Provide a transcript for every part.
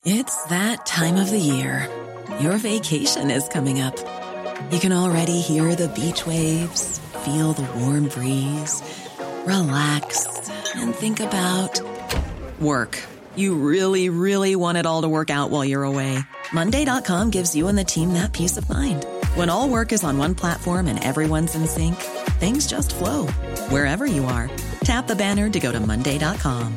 It's that time of the year. Your vacation is coming up. You can already hear the beach waves, feel the warm breeze, relax, and think about work. You really, really want it all to work out while you're away. Monday.com gives you and the team that peace of mind. When all work is on one platform and everyone's in sync, things just flow. Wherever you are, tap the banner to go to Monday.com.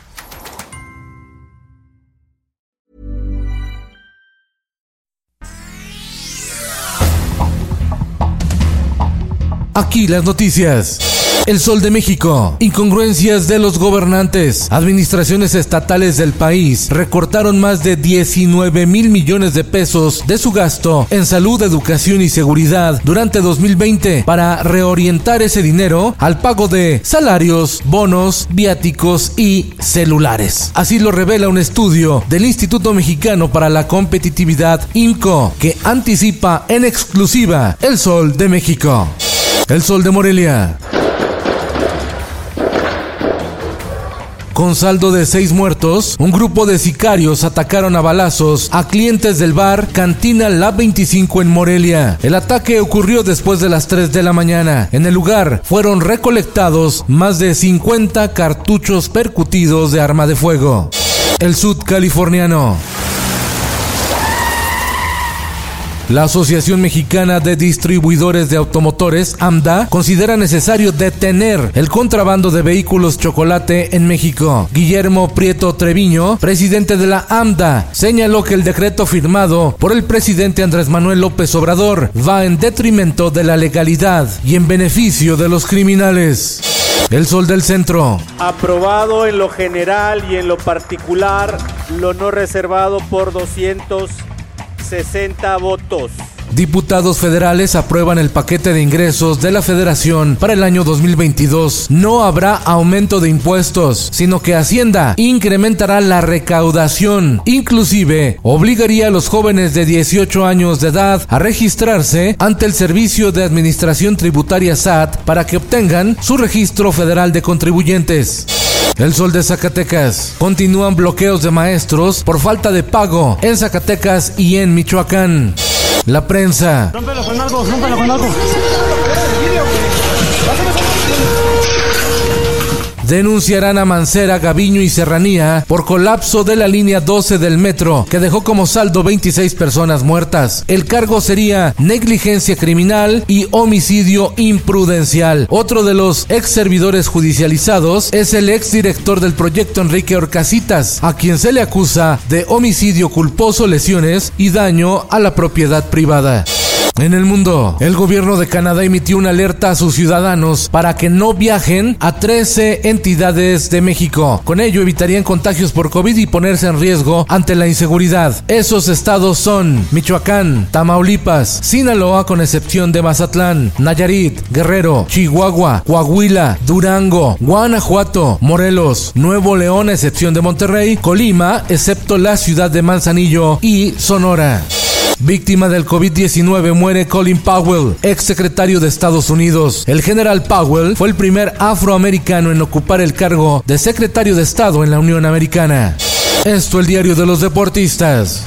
Aquí las noticias. El Sol de México. Incongruencias de los gobernantes. Administraciones estatales del país recortaron más de 19,000 millones de pesos de su gasto en salud, educación y seguridad durante 2020 para reorientar ese dinero al pago de salarios, bonos, viáticos y celulares. Así lo revela un estudio del Instituto Mexicano para la Competitividad, IMCO, que anticipa en exclusiva El Sol de México. El Sol de Morelia. Con saldo de 6 muertos, un grupo de sicarios atacaron a balazos a clientes del bar Cantina La 25 en Morelia. El ataque ocurrió después de las 3 de la mañana. En el lugar fueron recolectados más de 50 cartuchos percutidos de arma de fuego. El sudcaliforniano. La Asociación Mexicana de Distribuidores de Automotores, AMDA, considera necesario detener el contrabando de vehículos chocolate en México. Guillermo Prieto Treviño, presidente de la AMDA, señaló que el decreto firmado por el presidente Andrés Manuel López Obrador va en detrimento de la legalidad y en beneficio de los criminales. El Sol del Centro. Aprobado en lo general y en lo particular, lo no reservado por 260 votos. Diputados federales aprueban el paquete de ingresos de la Federación para el año 2022. No habrá aumento de impuestos, sino que Hacienda incrementará la recaudación. Inclusive, obligaría a los jóvenes de 18 años de edad a registrarse ante el Servicio de Administración Tributaria SAT para que obtengan su registro federal de contribuyentes. El Sol de Zacatecas. Continúan bloqueos de maestros por falta de pago en Zacatecas y en Michoacán. La Prensa. Rómpelo con algo. Denunciarán a Mancera, Gaviño y Serranía por colapso de la línea 12 del metro, que dejó como saldo 26 personas muertas. El cargo sería negligencia criminal y homicidio imprudencial. Otro de los ex servidores judicializados es el ex director del proyecto, Enrique Orcasitas, a quien se le acusa de homicidio culposo, lesiones y daño a la propiedad privada. En el mundo, el gobierno de Canadá emitió una alerta a sus ciudadanos para que no viajen a 13 entidades de México. Con ello evitarían contagios por COVID y ponerse en riesgo ante la inseguridad. Esos estados son Michoacán, Tamaulipas, Sinaloa con excepción de Mazatlán, Nayarit, Guerrero, Chihuahua, Coahuila, Durango, Guanajuato, Morelos, Nuevo León a excepción de Monterrey, Colima excepto la ciudad de Manzanillo y Sonora. Víctima del COVID-19 muere Colin Powell, ex secretario de Estados Unidos. El general Powell fue el primer afroamericano en ocupar el cargo de secretario de Estado en la Unión Americana. Esto, el diario de los deportistas.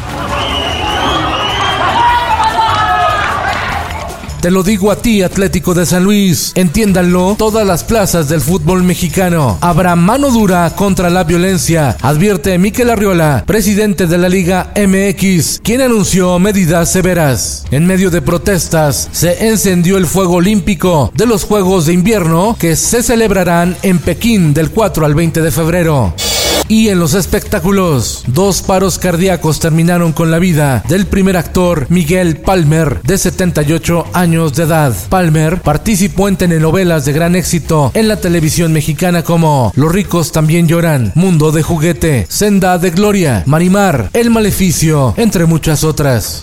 Te lo digo a ti, Atlético de San Luis. Entiéndanlo, todas las plazas del fútbol mexicano. Habrá mano dura contra la violencia, advierte Mikel Arriola, presidente de la Liga MX, quien anunció medidas severas. En medio de protestas, se encendió el fuego olímpico de los Juegos de Invierno que se celebrarán en Pekín del 4 al 20 de febrero. Y en los espectáculos, 2 paros cardíacos terminaron con la vida del primer actor Miguel Palmer, de 78 años de edad. Palmer participó en telenovelas de gran éxito en la televisión mexicana como Los ricos también lloran, Mundo de juguete, Senda de gloria, Marimar, El maleficio, entre muchas otras.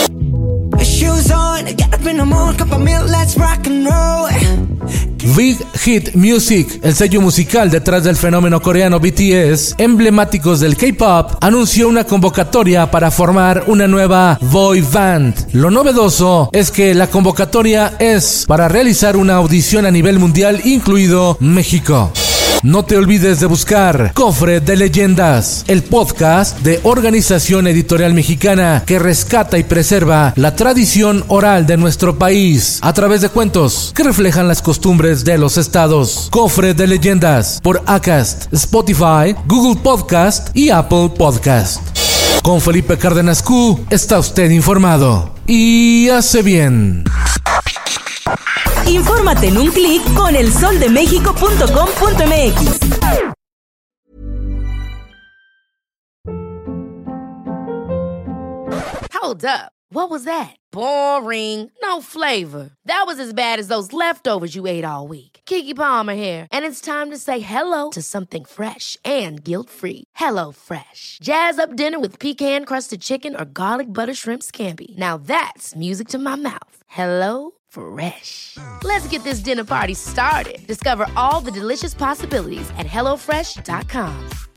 Big Hit Music, el sello musical detrás del fenómeno coreano BTS, emblemáticos del K-pop, anunció una convocatoria para formar una nueva boy band. Lo novedoso es que la convocatoria es para realizar una audición a nivel mundial, incluido México. No te olvides de buscar Cofre de Leyendas, el podcast de Organización Editorial Mexicana que rescata y preserva la tradición oral de nuestro país a través de cuentos que reflejan las costumbres de los estados. Cofre de Leyendas por Acast, Spotify, Google Podcast y Apple Podcast. Con Felipe Cárdenas Q está usted informado y hace bien. Infórmate en un clic con elsoldemexico.com.mx. Hold up. What was that? Boring. No flavor. That was as bad as those leftovers you ate all week. Keke Palmer here, and it's time to say hello to something fresh and guilt-free. Hello Fresh. Jazz up dinner with pecan-crusted chicken or garlic butter shrimp scampi. Now that's music to my mouth. Hello Fresh. Let's get this dinner party started. Discover all the delicious possibilities at HelloFresh.com.